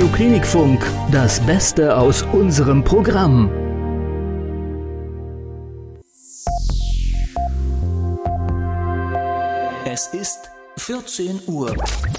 Klinikfunk, das Beste aus unserem Programm. Es ist 14 Uhr.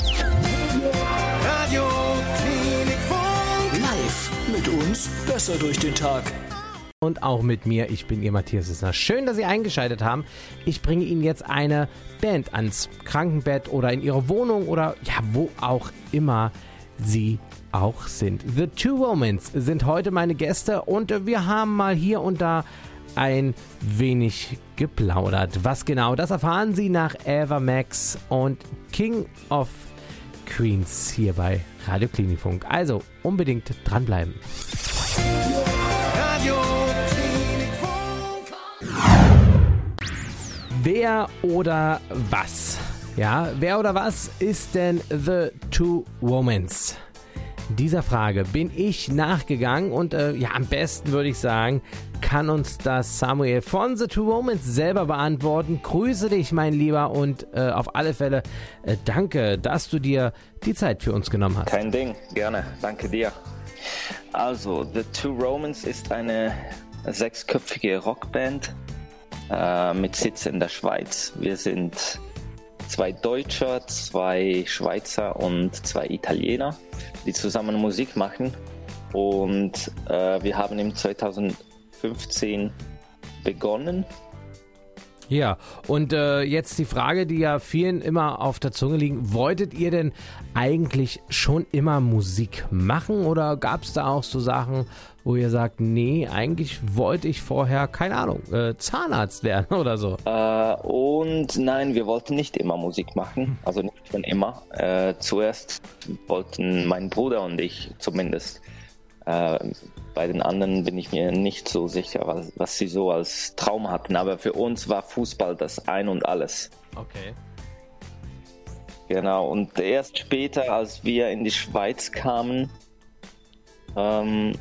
Radio Klinikfunk. Live mit uns besser durch den Tag. Und auch mit mir, ich bin Ihr Matthias Sissner. Schön, dass Sie eingeschaltet haben. Ich bringe Ihnen jetzt eine Band ans Krankenbett oder in Ihre Wohnung oder ja, wo auch immer Sie auch sind. The Two Womens sind heute meine Gäste und wir haben mal hier und da ein wenig geplaudert. Was genau, das erfahren Sie nach Ava Max und King of Queens hier bei Radio Klinikfunk. Also unbedingt dranbleiben. Radio Klinikfunk. Wer oder was? Ja, wer oder was ist denn The Two Womens? Dieser Frage bin ich nachgegangen und am besten würde ich sagen, kann uns das Samuel von The Two Womens selber beantworten. Grüße dich, mein Lieber, und auf alle Fälle danke, dass du dir die Zeit für uns genommen hast. Kein Ding, gerne, danke dir. Also, The Two Womens ist eine 6-köpfige Rockband mit Sitz in der Schweiz. Wir sind 2 Deutsche, 2 Schweizer und 2 Italiener, die zusammen Musik machen. Und wir haben im 2015 begonnen. Ja, und jetzt die Frage, die ja vielen immer auf der Zunge liegt. Wolltet ihr denn eigentlich schon immer Musik machen oder gab es da auch so Sachen, wo ihr sagt, nee, eigentlich wollte ich vorher, keine Ahnung, Zahnarzt werden oder so? Und nein, wir wollten nicht immer Musik machen, also nicht schon immer. Zuerst wollten mein Bruder und ich zumindest. Bei den anderen bin ich mir nicht so sicher, was sie so als Traum hatten. Aber für uns war Fußball das Ein und Alles. Okay. Genau, und erst später, als wir in die Schweiz kamen, habe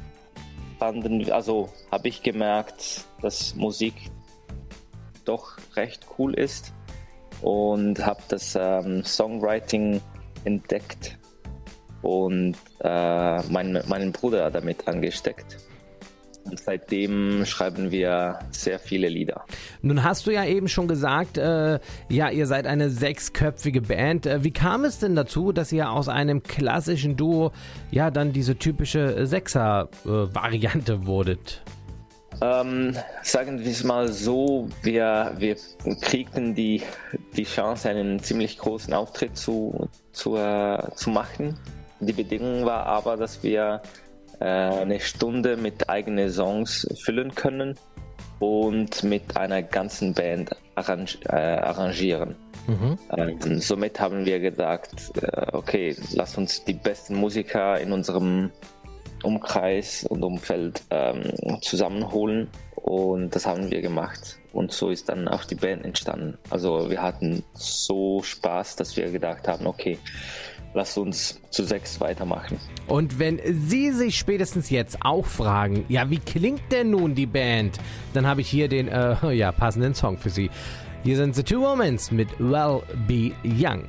ich gemerkt, dass Musik doch recht cool ist und habe das Songwriting entdeckt und meinen Bruder damit angesteckt. Und seitdem schreiben wir sehr viele Lieder. Nun hast du ja eben schon gesagt, ihr seid eine 6-köpfige Band. Wie kam es denn dazu, dass ihr aus einem klassischen Duo dann diese typische 6er-Variante wurdet? Sagen wir es mal so, wir kriegten die Chance, einen ziemlich großen Auftritt zu machen. Die Bedingung war aber, dass wir eine Stunde mit eigenen Songs füllen können und mit einer ganzen Band arrangieren. Mhm. Somit haben wir gesagt, okay, lass uns die besten Musiker in unserem Umkreis und Umfeld zusammenholen, und das haben wir gemacht und so ist dann auch die Band entstanden. Also wir hatten so Spaß, dass wir gedacht haben, okay, lass uns zu 6 weitermachen. Und wenn Sie sich spätestens jetzt auch fragen, wie klingt denn nun die Band, dann habe ich hier den passenden Song für Sie. Hier sind The Two Womens mit Well Be Young.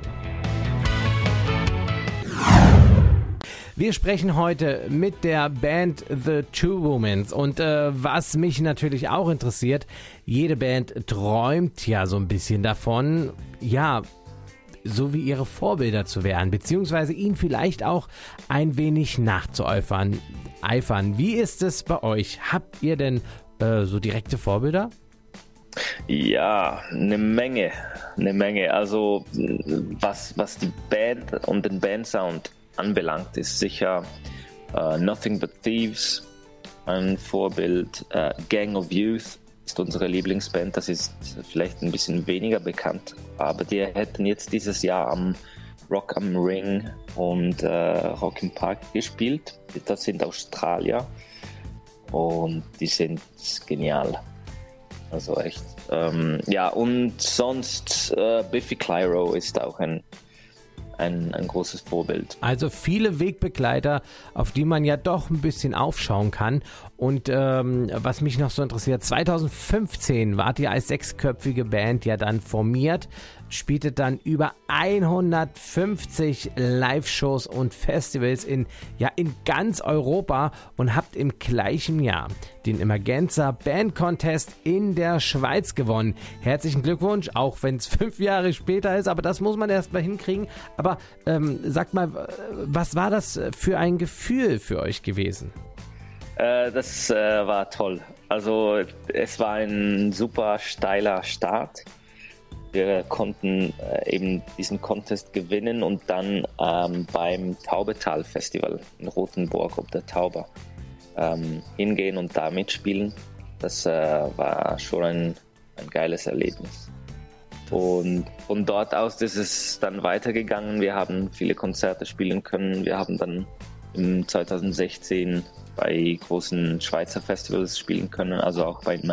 Wir sprechen heute mit der Band The Two Womens und was mich natürlich auch interessiert, jede Band träumt ja so ein bisschen davon, so wie ihre Vorbilder zu werden, beziehungsweise ihnen vielleicht auch ein wenig nachzueifern. Wie ist es bei euch? Habt ihr denn so direkte Vorbilder? Ja, eine Menge. Also was die Band und den Bandsound anbelangt, ist sicher Nothing But Thieves ein Vorbild. Gang of Youth ist unsere Lieblingsband. Das ist vielleicht ein bisschen weniger bekannt, aber die hätten jetzt dieses Jahr am Rock am Ring und Rock im Park gespielt. Das sind Australier und die sind genial. Also echt. Und sonst Biffy Clyro ist auch ein großes Vorbild. Also viele Wegbegleiter, auf die man ja doch ein bisschen aufschauen kann. Und was mich noch so interessiert, 2015 wart ihr als 6-köpfige Band ja dann formiert, spieltet dann über 150 Live-Shows und Festivals in ganz Europa und habt im gleichen Jahr den Emergenza Band Contest in der Schweiz gewonnen. Herzlichen Glückwunsch, auch wenn es 5 Jahre später ist, aber das muss man erst mal hinkriegen. Aber sagt mal, was war das für ein Gefühl für euch gewesen? Das war toll. Also es war ein super steiler Start. Wir konnten eben diesen Contest gewinnen und dann beim Taubetal Festival in Rothenburg ob der Tauber hingehen und da mitspielen. Das war schon ein geiles Erlebnis. Und von dort aus ist es dann weitergegangen. Wir haben viele Konzerte spielen können. Wir haben dann im 2016 bei großen Schweizer Festivals spielen können, also auch beim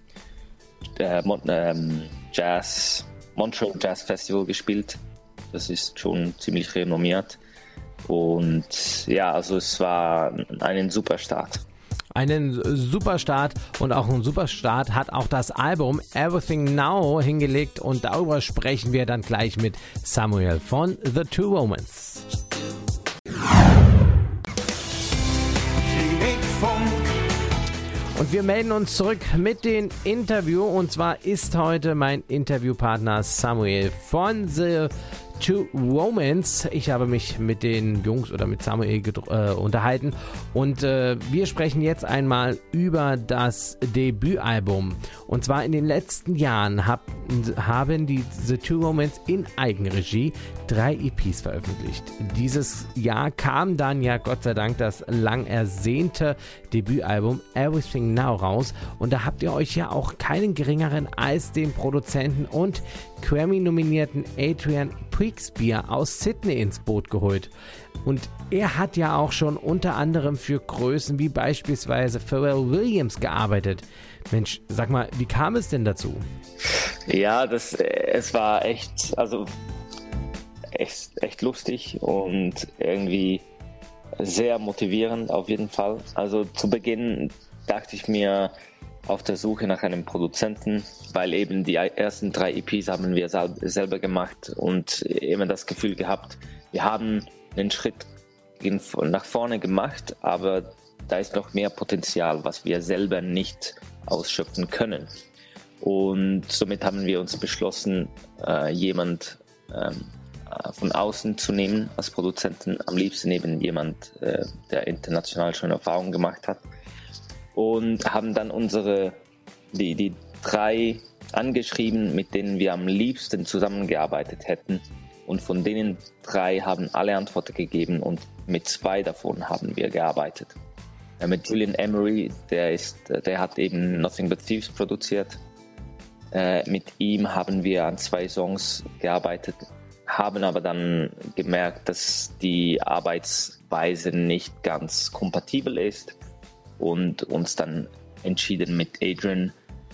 Montreal Jazz Festival gespielt. Das ist schon ziemlich renommiert. Und ja, also es war ein super Start. Einen super Start und auch einen super Start hat auch das Album Everything Now hingelegt und darüber sprechen wir dann gleich mit Samuel von The Two Romans. Und wir melden uns zurück mit dem Interview und zwar ist heute mein Interviewpartner Samuel von The Two Romans. Ich habe mich mit den Jungs oder mit Samuel unterhalten und wir sprechen jetzt einmal über das Debütalbum. Und zwar in den letzten Jahren haben die The Two Romans in Eigenregie 3 EPs veröffentlicht. Dieses Jahr kam dann ja Gott sei Dank das lang ersehnte Debütalbum Everything Now raus und da habt ihr euch ja auch keinen geringeren als den Produzenten und Grammy-nominierten Adrian Breakspear aus Sydney ins Boot geholt. Und er hat ja auch schon unter anderem für Größen wie beispielsweise Pharrell Williams gearbeitet. Mensch, sag mal, wie kam es denn dazu? Ja, es war echt lustig und irgendwie sehr motivierend auf jeden Fall. Also zu Beginn dachte ich mir, auf der Suche nach einem Produzenten, weil eben die ersten 3 EPs haben wir selber gemacht und immer das Gefühl gehabt, wir haben einen Schritt nach vorne gemacht, aber da ist noch mehr Potenzial, was wir selber nicht ausschöpfen können. Und somit haben wir uns beschlossen, jemand von außen zu nehmen als Produzenten, am liebsten eben jemand, der international schon Erfahrung gemacht hat. Und haben dann die 3 angeschrieben, mit denen wir am liebsten zusammengearbeitet hätten. Und von denen 3 haben alle Antworten gegeben und mit 2 davon haben wir gearbeitet. Mit Julian Emery, der hat eben Nothing But Thieves produziert. Mit ihm haben wir an 2 Songs gearbeitet, haben aber dann gemerkt, dass die Arbeitsweise nicht ganz kompatibel ist. Und uns dann entschieden, mit Adrian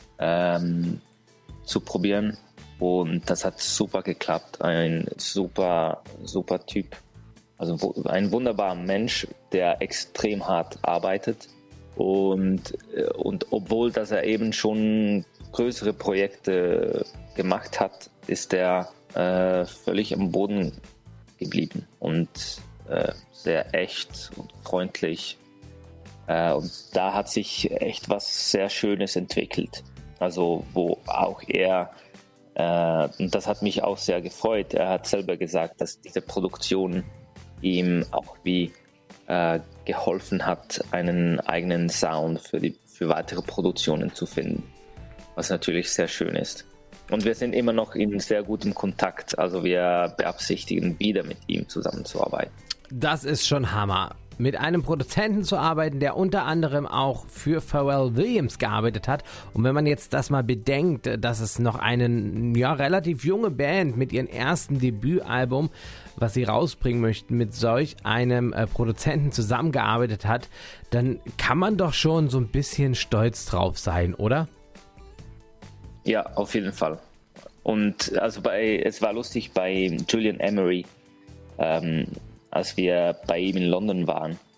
zu probieren. Und das hat super geklappt. Ein super Typ. Also ein wunderbarer Mensch, der extrem hart arbeitet. Und obwohl, dass er eben schon größere Projekte gemacht hat, ist er völlig am Boden geblieben. Und sehr echt und freundlich. Und da hat sich echt was sehr Schönes entwickelt. Also wo auch er, und das hat mich auch sehr gefreut, er hat selber gesagt, dass diese Produktion ihm auch geholfen hat, einen eigenen Sound für weitere Produktionen zu finden. Was natürlich sehr schön ist. Und wir sind immer noch in sehr gutem Kontakt. Also wir beabsichtigen, wieder mit ihm zusammenzuarbeiten. Das ist schon Hammer. Mit einem Produzenten zu arbeiten, der unter anderem auch für Pharrell Williams gearbeitet hat. Und wenn man jetzt das mal bedenkt, dass es noch eine relativ junge Band mit ihrem ersten Debütalbum, was sie rausbringen möchten, mit solch einem Produzenten zusammengearbeitet hat, dann kann man doch schon so ein bisschen stolz drauf sein, oder? Ja, auf jeden Fall. Und also es war lustig bei Julian Emery, als wir bei ihm in London waren,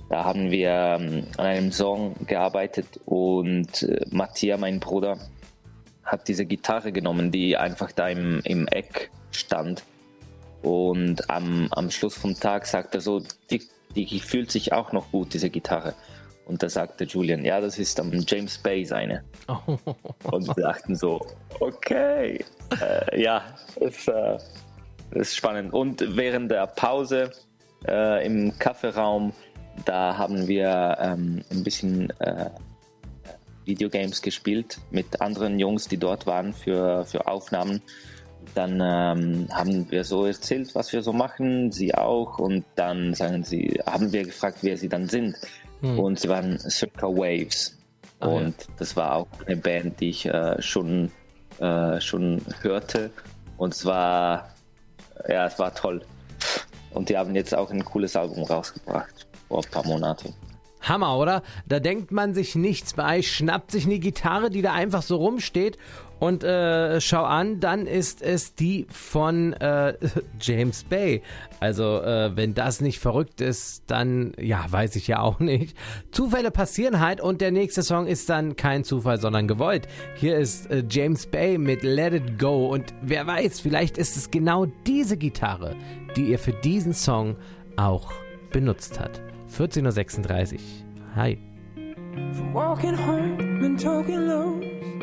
Da haben wir an einem Song gearbeitet und Mattia, mein Bruder, hat diese Gitarre genommen, die einfach da im Eck stand. Und am Schluss vom Tag sagt er so, die fühlt sich auch noch gut, diese Gitarre. Und da sagte Julian, ja, das ist James Bay seine. Oh. Und wir dachten so, okay, ja, ist spannend. Und während der Pause im Kaffeeraum, da haben wir ein bisschen Videogames gespielt mit anderen Jungs, die dort waren für Aufnahmen. Dann haben wir so erzählt, was wir so machen, sie auch. Und dann haben wir gefragt, wer sie dann sind. Und sie waren Circa Waves. Und das war auch eine Band, die ich schon hörte. Und es war toll. Und die haben jetzt auch ein cooles Album rausgebracht vor ein paar Monaten. Hammer, oder? Da denkt man sich nichts bei, schnappt sich eine Gitarre, die da einfach so rumsteht und schau an, dann ist es die von James Bay. Also wenn das nicht verrückt ist, dann, ja, weiß ich ja auch nicht. Zufälle passieren halt und der nächste Song ist dann kein Zufall, sondern gewollt. Hier ist James Bay mit Let It Go und wer weiß, vielleicht ist es genau diese Gitarre, die er für diesen Song auch benutzt hat. 14:36 Uhr. Hi. From walking home and talking low.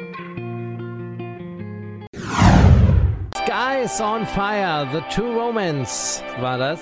Skies on Fire, The Two Romans war das.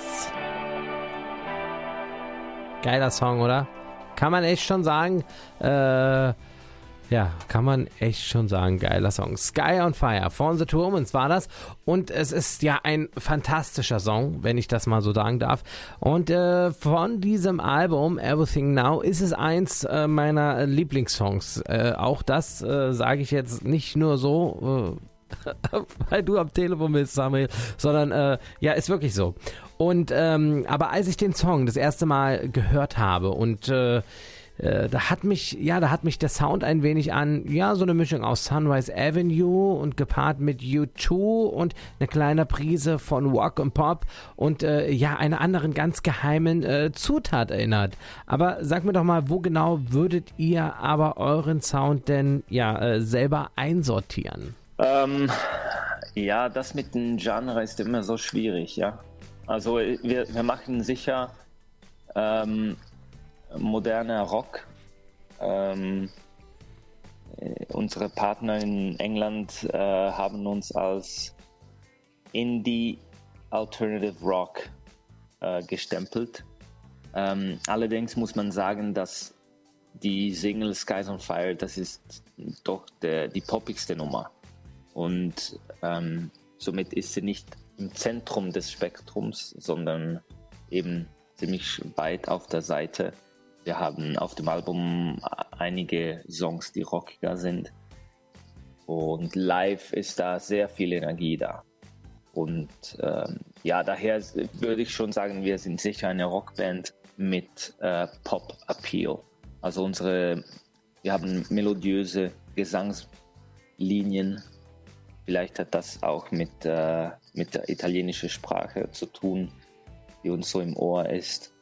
Geiler Song, oder? Kann man echt schon sagen. Ja, kann man echt schon sagen, geiler Song. Sky on Fire von The Two Romans war das. Und es ist ja ein fantastischer Song, wenn ich das mal so sagen darf. Und von diesem Album, Everything Now, ist es eins meiner Lieblingssongs. Auch das sage ich jetzt nicht nur so, weil du am Telefon bist, Samuel, sondern ja, ist wirklich so. Und aber als ich den Song das erste Mal gehört habe und da hat mich der Sound ein wenig an, ja, so eine Mischung aus Sunrise Avenue und gepaart mit U2 und eine kleine Prise von Rock and Pop und ja, einer anderen ganz geheimen Zutat erinnert. Aber sag mir doch mal, wo genau würdet ihr aber euren Sound denn ja selber einsortieren? Ja, das mit dem Genre ist immer so schwierig, ja. Also wir machen sicher moderner Rock. Unsere Partner in England haben uns als Indie Alternative Rock gestempelt. Allerdings muss man sagen, dass die Single Skies on Fire, das ist doch die poppigste Nummer. Und somit ist sie nicht im Zentrum des Spektrums, sondern eben ziemlich weit auf der Seite. Wir haben auf dem Album einige Songs, die rockiger sind. Und live ist da sehr viel Energie da. Und ja, daher würde ich schon sagen, wir sind sicher eine Rockband mit Pop-Appeal. Also wir haben melodiöse Gesangslinien. Vielleicht hat das auch mit der italienischen Sprache zu tun, die uns so im Ohr ist.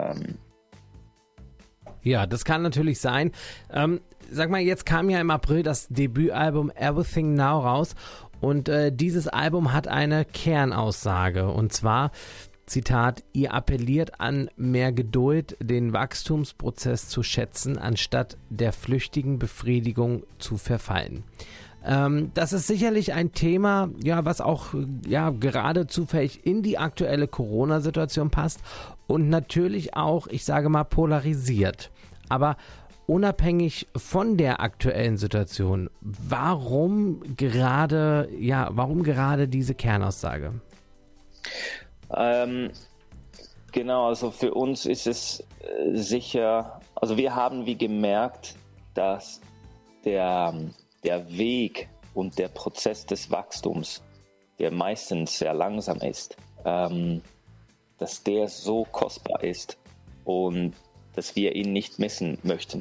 Ja, das kann natürlich sein. Sag mal, jetzt kam ja im April das Debütalbum Everything Now raus und dieses Album hat eine Kernaussage und zwar, Zitat, ihr appelliert an mehr Geduld, den Wachstumsprozess zu schätzen, anstatt der flüchtigen Befriedigung zu verfallen. Das ist sicherlich ein Thema, ja, was auch ja gerade zufällig in die aktuelle Corona-Situation passt und natürlich auch, ich sage mal, polarisiert. Aber unabhängig von der aktuellen Situation, warum gerade diese Kernaussage? Genau, also für uns ist es sicher, also wir haben wie gemerkt, dass der Weg und der Prozess des Wachstums, der meistens sehr langsam ist, dass der so kostbar ist und dass wir ihn nicht missen möchten.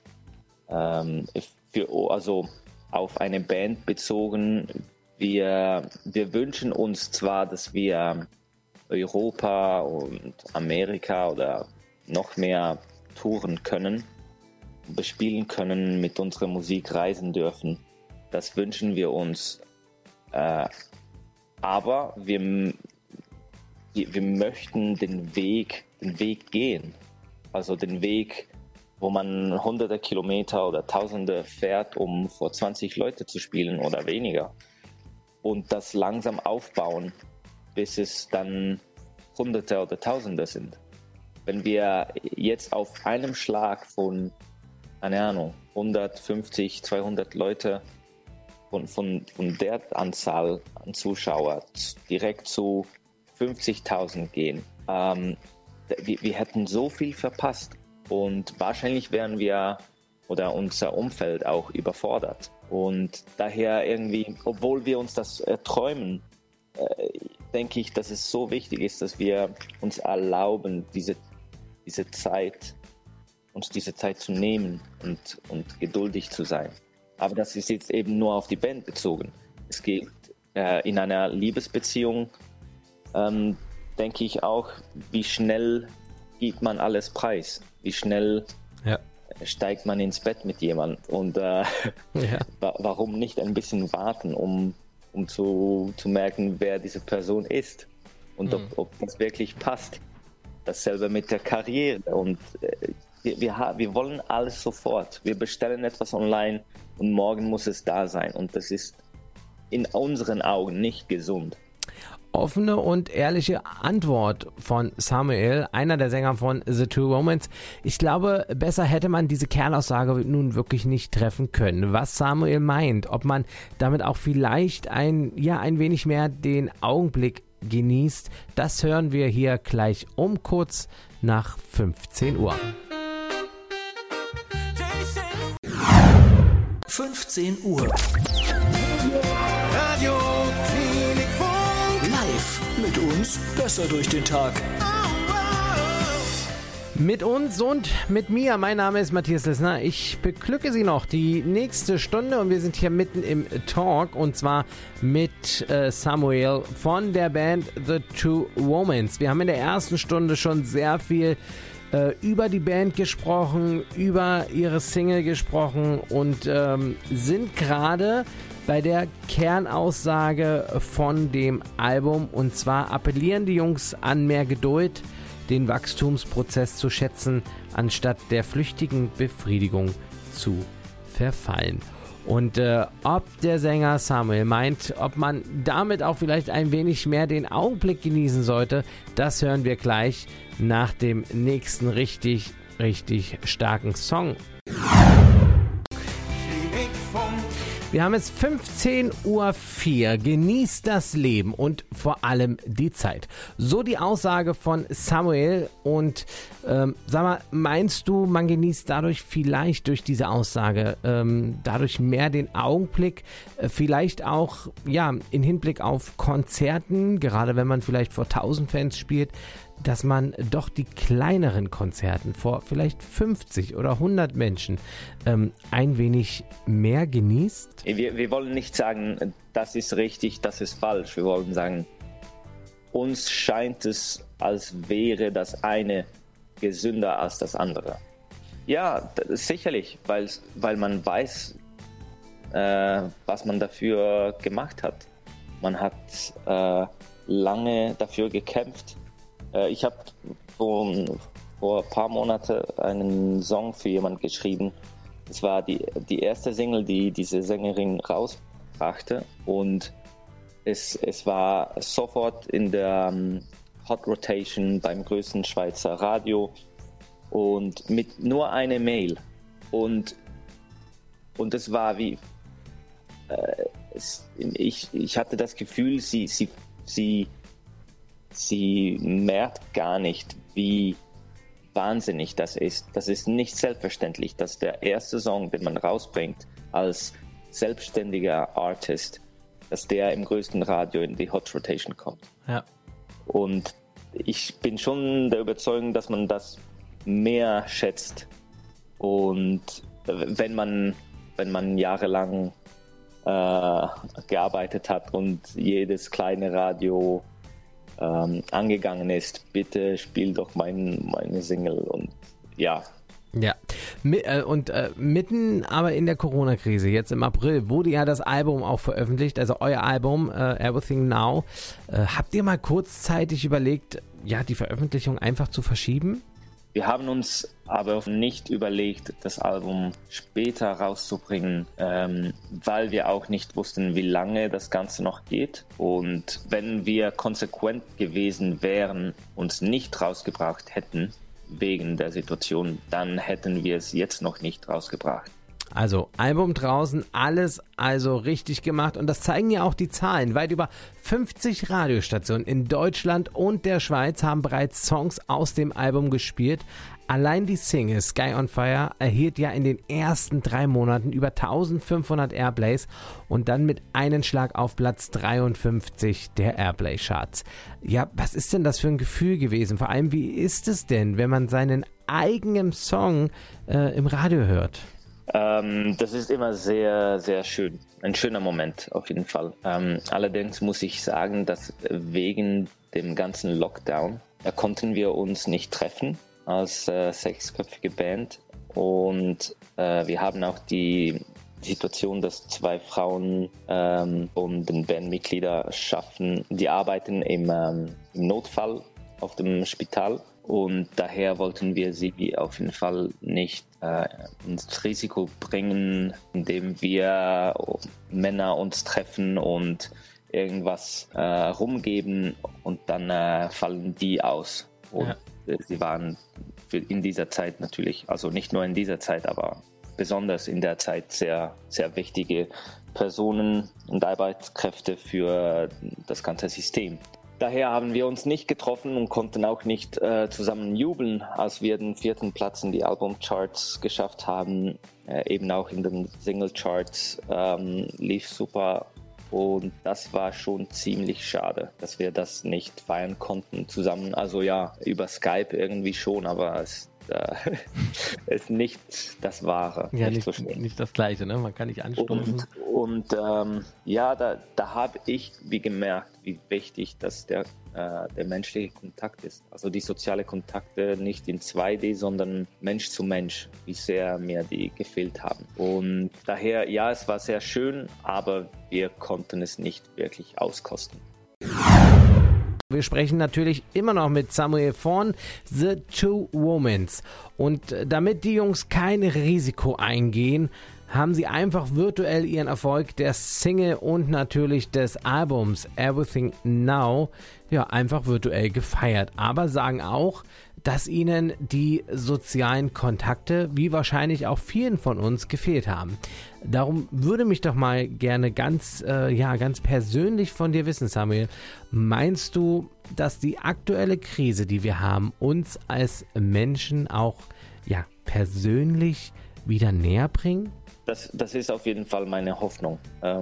Also auf eine Band bezogen, wir wünschen uns zwar, dass wir Europa und Amerika oder noch mehr touren können, bespielen können, mit unserer Musik reisen dürfen. Das wünschen wir uns. Aber wir möchten den Weg gehen. Also den Weg, wo man hunderte Kilometer oder Tausende fährt, um vor 20 Leute zu spielen oder weniger. Und das langsam aufbauen, bis es dann Hunderte oder Tausende sind. Wenn wir jetzt auf einem Schlag von, keine Ahnung, 150, 200 Leute von der Anzahl an Zuschauer direkt zu 50.000 gehen, wir hätten so viel verpasst. Und wahrscheinlich wären wir oder unser Umfeld auch überfordert. Und daher irgendwie, obwohl wir uns das träumen, denke ich, dass es so wichtig ist, dass wir uns erlauben, uns diese Zeit zu nehmen und geduldig zu sein. Aber das ist jetzt eben nur auf die Band bezogen. Es geht in einer Liebesbeziehung, denke ich auch, wie schnell gibt man alles preis, wie schnell steigt man ins Bett mit jemandem und warum nicht ein bisschen warten, um zu merken, wer diese Person ist und ob das wirklich passt. Dasselbe mit der Karriere und wir wollen alles sofort. Wir bestellen etwas online und morgen muss es da sein und das ist in unseren Augen nicht gesund. Offene und ehrliche Antwort von Samuel, einer der Sänger von The Two Womens. Ich glaube, besser hätte man diese Kernaussage nun wirklich nicht treffen können. Was Samuel meint, ob man damit auch vielleicht ein wenig mehr den Augenblick genießt, das hören wir hier gleich um kurz nach 15 Uhr. 15 Uhr. Radio Klinikfunk. Live mit uns besser durch den Tag. Mit uns und mit mir. Mein Name ist Matthias Lissner. Ich beglücke Sie noch die nächste Stunde und wir sind hier mitten im Talk und zwar mit Samuel von der Band The Two Womens. Wir haben in der ersten Stunde schon sehr viel über die Band gesprochen, über ihre Single gesprochen und sind gerade bei der Kernaussage von dem Album und zwar appellieren die Jungs an mehr Geduld, den Wachstumsprozess zu schätzen, anstatt der flüchtigen Befriedigung zu verfallen. Und ob der Sänger Samuel meint, ob man damit auch vielleicht ein wenig mehr den Augenblick genießen sollte, das hören wir gleich nach dem nächsten richtig, richtig starken Song. Wir haben es 15:04 Uhr. Genießt das Leben und vor allem die Zeit. So die Aussage von Samuel. Und sag mal, meinst du, man genießt dadurch vielleicht durch diese Aussage dadurch mehr den Augenblick, vielleicht auch in Hinblick auf Konzerten, gerade wenn man vielleicht vor 1000 Fans spielt, dass man doch die kleineren Konzerten vor vielleicht 50 oder 100 Menschen ein wenig mehr genießt? Wir wollen nicht sagen, das ist richtig, das ist falsch. Wir wollen sagen, uns scheint es, als wäre das eine gesünder als das andere. Ja, sicherlich, weil man weiß, was man dafür gemacht hat. Man hat lange dafür gekämpft. Ich habe vor ein paar Monaten einen Song für jemanden geschrieben. Es war die erste Single, die diese Sängerin rausbrachte und es war sofort in der Hot Rotation beim größten Schweizer Radio und mit nur einer Mail und es war wie ich hatte das Gefühl, sie merkt gar nicht, wie wahnsinnig das ist. Das ist nicht selbstverständlich, dass der erste Song, den man rausbringt als selbstständiger Artist, dass der im größten Radio in die Hot Rotation kommt. Ja. Und ich bin schon der Überzeugung, dass man das mehr schätzt. Und wenn man jahrelang gearbeitet hat und jedes kleine Radio angegangen ist, bitte spiel doch meine Single und ja. Ja, mitten aber in der Corona-Krise, jetzt im April, wurde ja das Album auch veröffentlicht, also euer Album, Everything Now. Habt ihr mal kurzzeitig überlegt, ja, die Veröffentlichung einfach zu verschieben? Wir haben uns aber nicht überlegt, das Album später rauszubringen, weil wir auch nicht wussten, wie lange das Ganze noch geht. Und wenn wir konsequent gewesen wären und es nicht rausgebracht hätten, wegen der Situation, dann hätten wir es jetzt noch nicht rausgebracht. Also Album draußen, alles also richtig gemacht und das zeigen ja auch die Zahlen. Weit über 50 Radiostationen in Deutschland und der Schweiz haben bereits Songs aus dem Album gespielt. Allein die Single Sky on Fire erhielt ja in den ersten 3 Monaten über 1500 Airplays und dann mit einem Schlag auf Platz 53 der Airplay-Charts. Ja, was ist denn das für ein Gefühl gewesen? Vor allem, wie ist es denn, wenn man seinen eigenen Song im Radio hört? Das ist immer sehr, sehr schön. Ein schöner Moment auf jeden Fall. Allerdings muss ich sagen, dass wegen dem ganzen Lockdown konnten wir uns nicht treffen als 6-köpfige Band und wir haben auch die Situation, dass 2 Frauen und den Bandmitglieder schaffen, die arbeiten im Notfall auf dem Spital und daher wollten wir sie auf jeden Fall nicht ins Risiko bringen, indem wir Männer uns treffen und irgendwas rumgeben und dann fallen die aus. Und sie waren in dieser Zeit natürlich, also nicht nur in dieser Zeit, aber besonders in der Zeit sehr, sehr wichtige Personen und Arbeitskräfte für das ganze System. Daher haben wir uns nicht getroffen und konnten auch nicht zusammen jubeln, als wir den 4. Platz in die Albumcharts geschafft haben. Eben auch in den Singlecharts lief super. Und das war schon ziemlich schade, dass wir das nicht feiern konnten zusammen. Also ja, über Skype irgendwie schon, aber es ist nicht das Wahre. Ja, nicht das Gleiche, ne? Man kann nicht anstoßen. Und ja, da habe ich gemerkt, wie wichtig das der menschliche Kontakt ist. Also die sozialen Kontakte nicht in 2D, sondern Mensch zu Mensch, wie sehr mir die gefehlt haben. Und daher, ja, es war sehr schön, aber wir konnten es nicht wirklich auskosten. Wir sprechen natürlich immer noch mit Samuel von The Two Womans. Und damit die Jungs kein Risiko eingehen, haben sie einfach virtuell ihren Erfolg der Single und natürlich des Albums Everything Now einfach virtuell gefeiert. Aber sagen auch, dass ihnen die sozialen Kontakte, wie wahrscheinlich auch vielen von uns, gefehlt haben. Darum würde mich doch mal gerne ganz persönlich von dir wissen, Samuel. Meinst du, dass die aktuelle Krise, die wir haben, uns als Menschen auch persönlich wieder näher bringen? Das ist auf jeden Fall meine Hoffnung.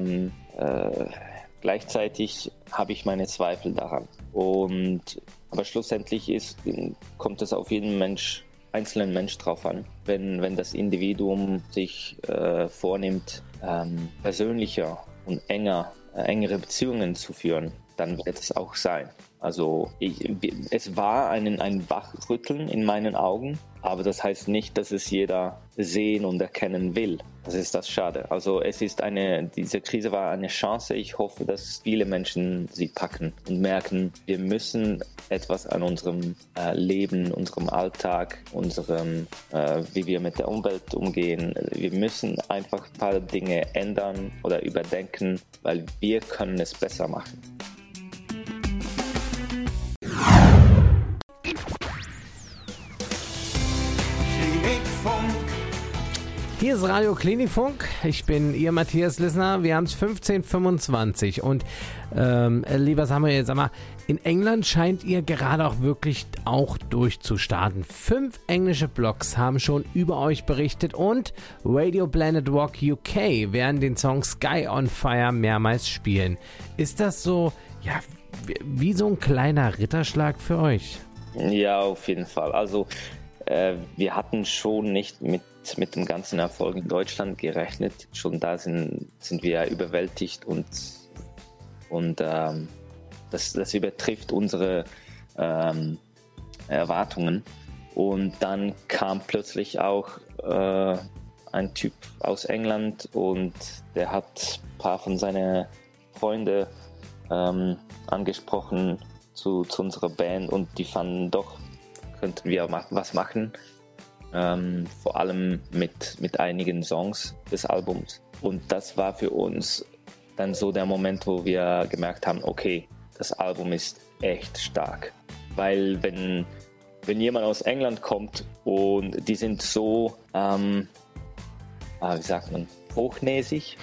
Gleichzeitig habe ich meine Zweifel daran. Aber schlussendlich kommt es auf jeden einzelnen Mensch drauf an. Wenn das Individuum sich vornimmt, persönlicher und engere Beziehungen zu führen, dann wird es auch sein. Also es war ein Wachrütteln in meinen Augen, aber das heißt nicht, dass es jeder sehen und erkennen will. Das ist das Schade. Also diese Krise war eine Chance. Ich hoffe, dass viele Menschen sie packen und merken, wir müssen etwas an unserem Leben, unserem Alltag, wie wir mit der Umwelt umgehen. Wir müssen einfach ein paar Dinge ändern oder überdenken, weil wir können es besser machen. Hier ist Radio Klinikfunk. Ich bin Ihr Matthias Lissner. Wir haben es 15:25 und lieber Samuel, sag mal, in England scheint ihr gerade auch wirklich durchzustarten. 5 englische Blogs haben schon über euch berichtet und Radio Planet Rock UK werden den Song Sky on Fire mehrmals spielen. Ist das so, wie so ein kleiner Ritterschlag für euch? Ja, auf jeden Fall. Also wir hatten schon nicht mit dem ganzen Erfolg in Deutschland gerechnet. Schon da sind wir überwältigt und das übertrifft unsere Erwartungen. Und dann kam plötzlich auch ein Typ aus England und der hat ein paar von seinen Freunden angesprochen zu unserer Band und die fanden doch, könnten wir was machen. Vor allem mit einigen Songs des Albums. Und das war für uns dann so der Moment, wo wir gemerkt haben, okay, das Album ist echt stark. Weil wenn jemand aus England kommt und die sind so, wie sagt man, hochnäsig,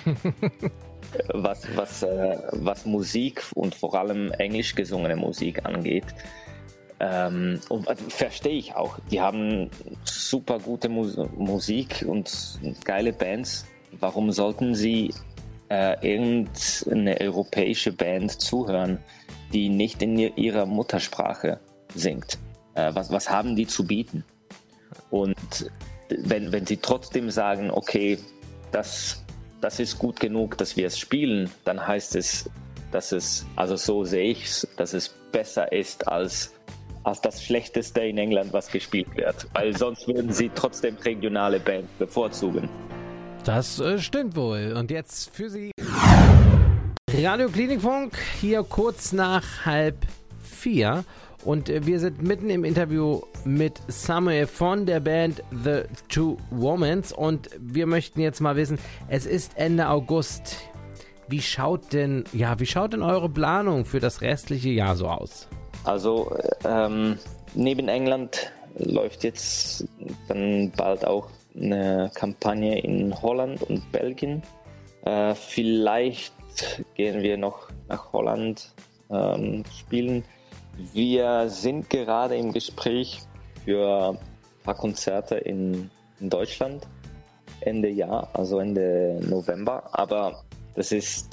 was Musik und vor allem englisch gesungene Musik angeht. Und verstehe ich auch. Die haben super gute Musik und geile Bands. Warum sollten sie irgendeine europäische Band zuhören, die nicht in ihrer Muttersprache singt? Was haben die zu bieten? Und wenn sie trotzdem sagen, okay, das ist gut genug, dass wir es spielen, dann heißt es, dass es, also so sehe ich es, dass es besser ist als das Schlechteste in England, was gespielt wird. Weil sonst würden sie trotzdem regionale Bands bevorzugen. Das stimmt wohl. Und jetzt für Sie Radio Klinikfunk, hier kurz nach 3:30. Und wir sind mitten im Interview mit Samuel von der Band The Two Womans. Und wir möchten jetzt mal wissen, es ist Ende August. Wie schaut denn eure Planung für das restliche Jahr so aus? Also neben England läuft jetzt dann bald auch eine Kampagne in Holland und Belgien. Vielleicht gehen wir noch nach Holland spielen. Wir sind gerade im Gespräch für ein paar Konzerte in Deutschland Ende Jahr, also Ende November. Aber das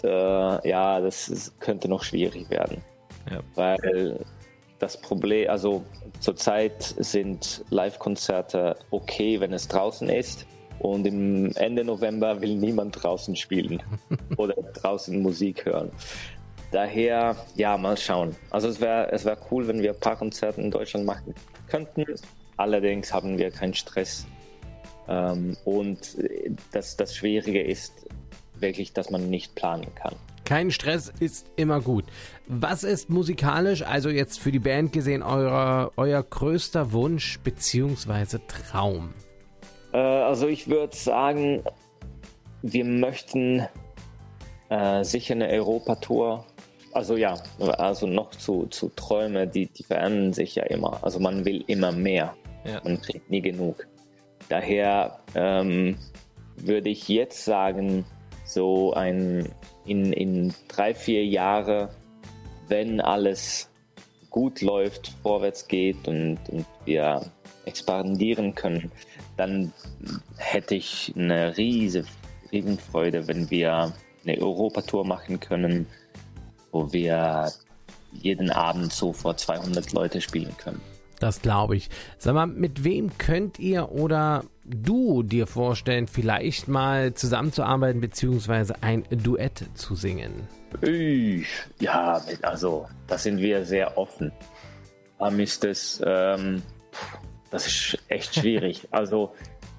könnte noch schwierig werden. Ja. Weil das Problem, also zurzeit sind Live-Konzerte okay, wenn es draußen ist. Und im Ende November will niemand draußen spielen oder draußen Musik hören. Daher, ja, mal schauen. Also es wär cool, wenn wir ein paar Konzerte in Deutschland machen könnten. Allerdings haben wir keinen Stress. Und das Schwierige ist wirklich, dass man nicht planen kann. Kein Stress ist immer gut. Was ist musikalisch, also jetzt für die Band gesehen, euer größter Wunsch bzw. Traum? Also ich würde sagen, wir möchten sicher eine Europatour. Also ja, also noch zu Träume, die verändern sich ja immer. Also man will immer mehr. Ja. Man kriegt nie genug. Daher würde ich jetzt sagen, so in 3-4 Jahre, wenn alles gut läuft, vorwärts geht und wir expandieren können, dann hätte ich eine riesen Freude, wenn wir eine Europatour machen können, wo wir jeden Abend so vor 200 Leute spielen können. Das glaube ich. Sag mal, mit wem könnt ihr oder du dir vorstellen, vielleicht mal zusammenzuarbeiten bzw. ein Duett zu singen? Ja, also da sind wir sehr offen. Da müsste es, das ist echt schwierig. Also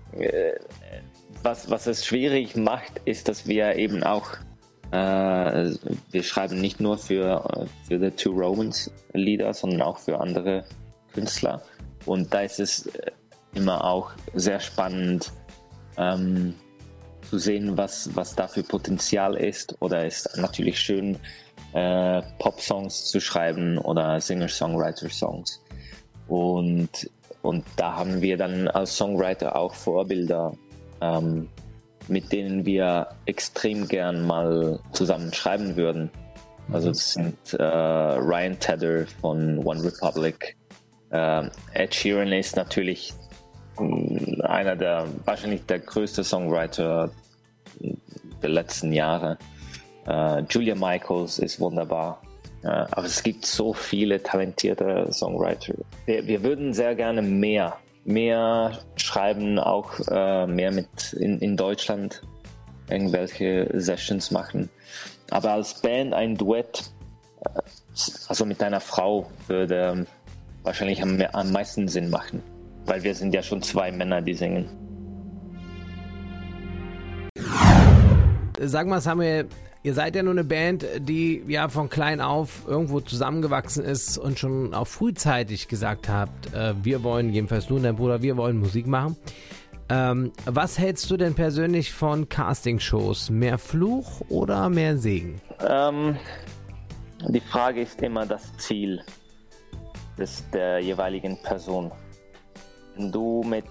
was es schwierig macht, ist, dass wir eben auch wir schreiben nicht nur für The Two Womans Lieder, sondern auch für andere Künstler. Und da ist es immer auch sehr spannend zu sehen, was da für Potenzial ist. Oder es ist natürlich schön, Pop-Songs zu schreiben oder Singer-Songwriter-Songs. Und da haben wir dann als Songwriter auch Vorbilder, mit denen wir extrem gern mal zusammen schreiben würden. Also das sind Ryan Tedder von One Republic. Ed Sheeran ist natürlich wahrscheinlich der größte Songwriter der letzten Jahre. Julia Michaels ist wunderbar. Aber es gibt so viele talentierte Songwriter. Wir würden sehr gerne mehr schreiben, auch mehr mit in Deutschland irgendwelche Sessions machen. Aber als Band ein Duett mit einer Frau würde wahrscheinlich am meisten Sinn machen, weil wir sind ja schon 2 Männer, die singen. Sag mal, Samuel, ihr seid ja nur eine Band, die ja von klein auf irgendwo zusammengewachsen ist und schon auch frühzeitig gesagt habt, wir wollen, jedenfalls du und dein Bruder, wir wollen Musik machen. Was hältst du denn persönlich von Castingshows? Mehr Fluch oder mehr Segen? Die Frage ist immer das Ziel der jeweiligen Person. Wenn du mit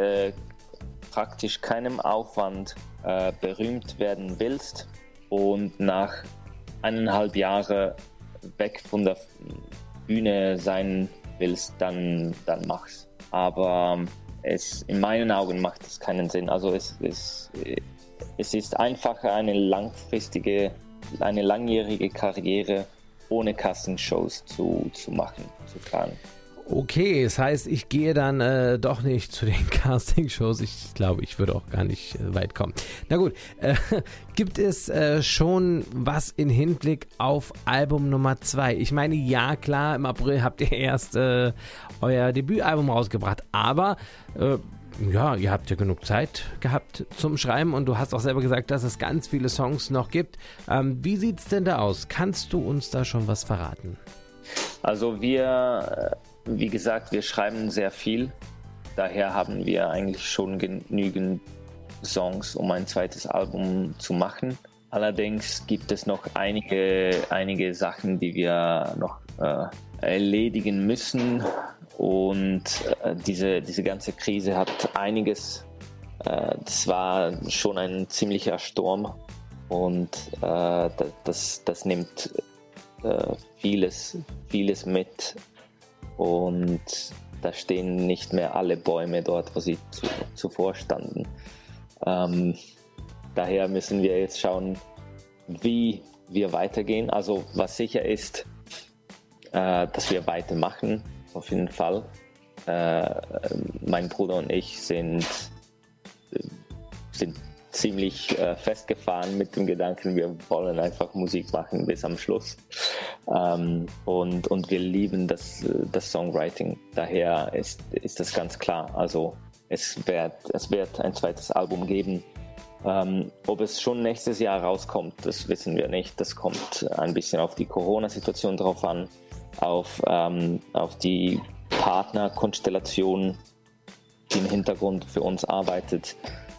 praktisch keinem Aufwand berühmt werden willst und nach 1,5 Jahren weg von der Bühne sein willst, dann mach's. Aber in meinen Augen macht es keinen Sinn. Also es ist einfacher, eine langjährige Karriere ohne Castingshows zu machen, zu fahren. Okay, das heißt, ich gehe dann doch nicht zu den Castingshows. Ich glaube, ich würde auch gar nicht weit kommen. Na gut, gibt es schon was in Hinblick auf Album Nummer 2? Ich meine, ja klar, im April habt ihr erst euer Debütalbum rausgebracht, aber ja, ihr habt ja genug Zeit gehabt zum Schreiben und du hast auch selber gesagt, dass es ganz viele Songs noch gibt. Wie sieht's denn da aus? Kannst du uns da schon was verraten? Also wie gesagt, wir schreiben sehr viel. Daher haben wir eigentlich schon genügend Songs, um ein zweites Album zu machen. Allerdings gibt es noch einige Sachen, die wir noch erledigen müssen. Und diese ganze Krise hat einiges. Das war schon ein ziemlicher Sturm. Und das nimmt vieles mit. Und da stehen nicht mehr alle Bäume dort, wo sie zuvor standen. Daher müssen wir jetzt schauen, wie wir weitergehen. Also was sicher ist, dass wir weitermachen, auf jeden Fall. Mein Bruder und ich sind ziemlich festgefahren mit dem Gedanken, wir wollen einfach Musik machen bis am Schluss. Und wir lieben das Songwriting. Daher ist das ganz klar. Also es wird ein zweites Album geben. Ob es schon nächstes Jahr rauskommt, das wissen wir nicht. Das kommt ein bisschen auf die Corona-Situation drauf an, auf die Partnerkonstellation, die im Hintergrund für uns arbeitet.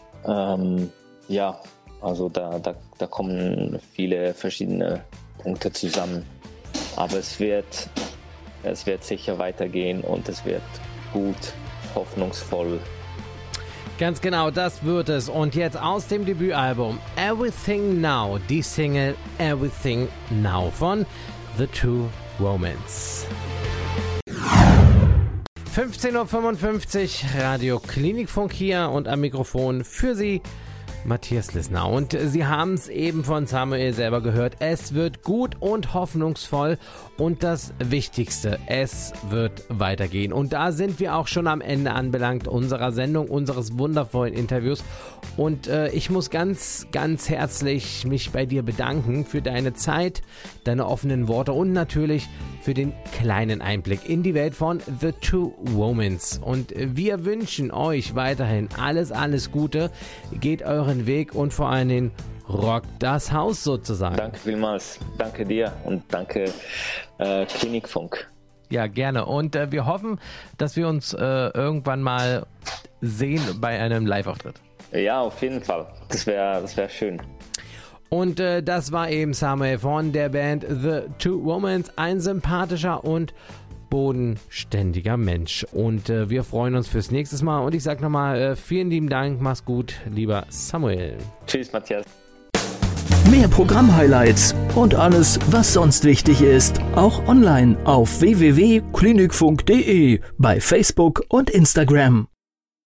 Ja, also da kommen viele verschiedene Punkte zusammen. Aber es wird sicher weitergehen und es wird gut, hoffnungsvoll. Ganz genau, das wird es. Und jetzt aus dem Debütalbum Everything Now, die Single Everything Now von The Two Womens. 15:55 Uhr, Radio Klinikfunk hier und am Mikrofon für Sie Matthias Lissner. Und Sie haben es eben von Samuel selber gehört. Es wird gut und hoffnungsvoll und das Wichtigste, es wird weitergehen. Und da sind wir auch schon am Ende anbelangt unserer Sendung, unseres wundervollen Interviews. Und ich muss ganz, ganz herzlich mich bei dir bedanken für deine Zeit, deine offenen Worte und natürlich für den kleinen Einblick in die Welt von The Two Womens. Und wir wünschen euch weiterhin alles Gute. Geht euren Weg und vor allen Dingen rockt das Haus sozusagen. Danke vielmals. Danke dir und danke Klinikfunk. Ja, gerne. Und wir hoffen, dass wir uns irgendwann mal sehen bei einem Live-Auftritt. Ja, auf jeden Fall. Das wär schön. Und das war eben Samuel von der Band The Two Womens, ein sympathischer und bodenständiger Mensch. Und wir freuen uns fürs nächste Mal. Und ich sage nochmal vielen lieben Dank, mach's gut, lieber Samuel. Tschüss, Matthias. Mehr Programm-Highlights und alles, was sonst wichtig ist, auch online auf www.klinikfunk.de, bei Facebook und Instagram.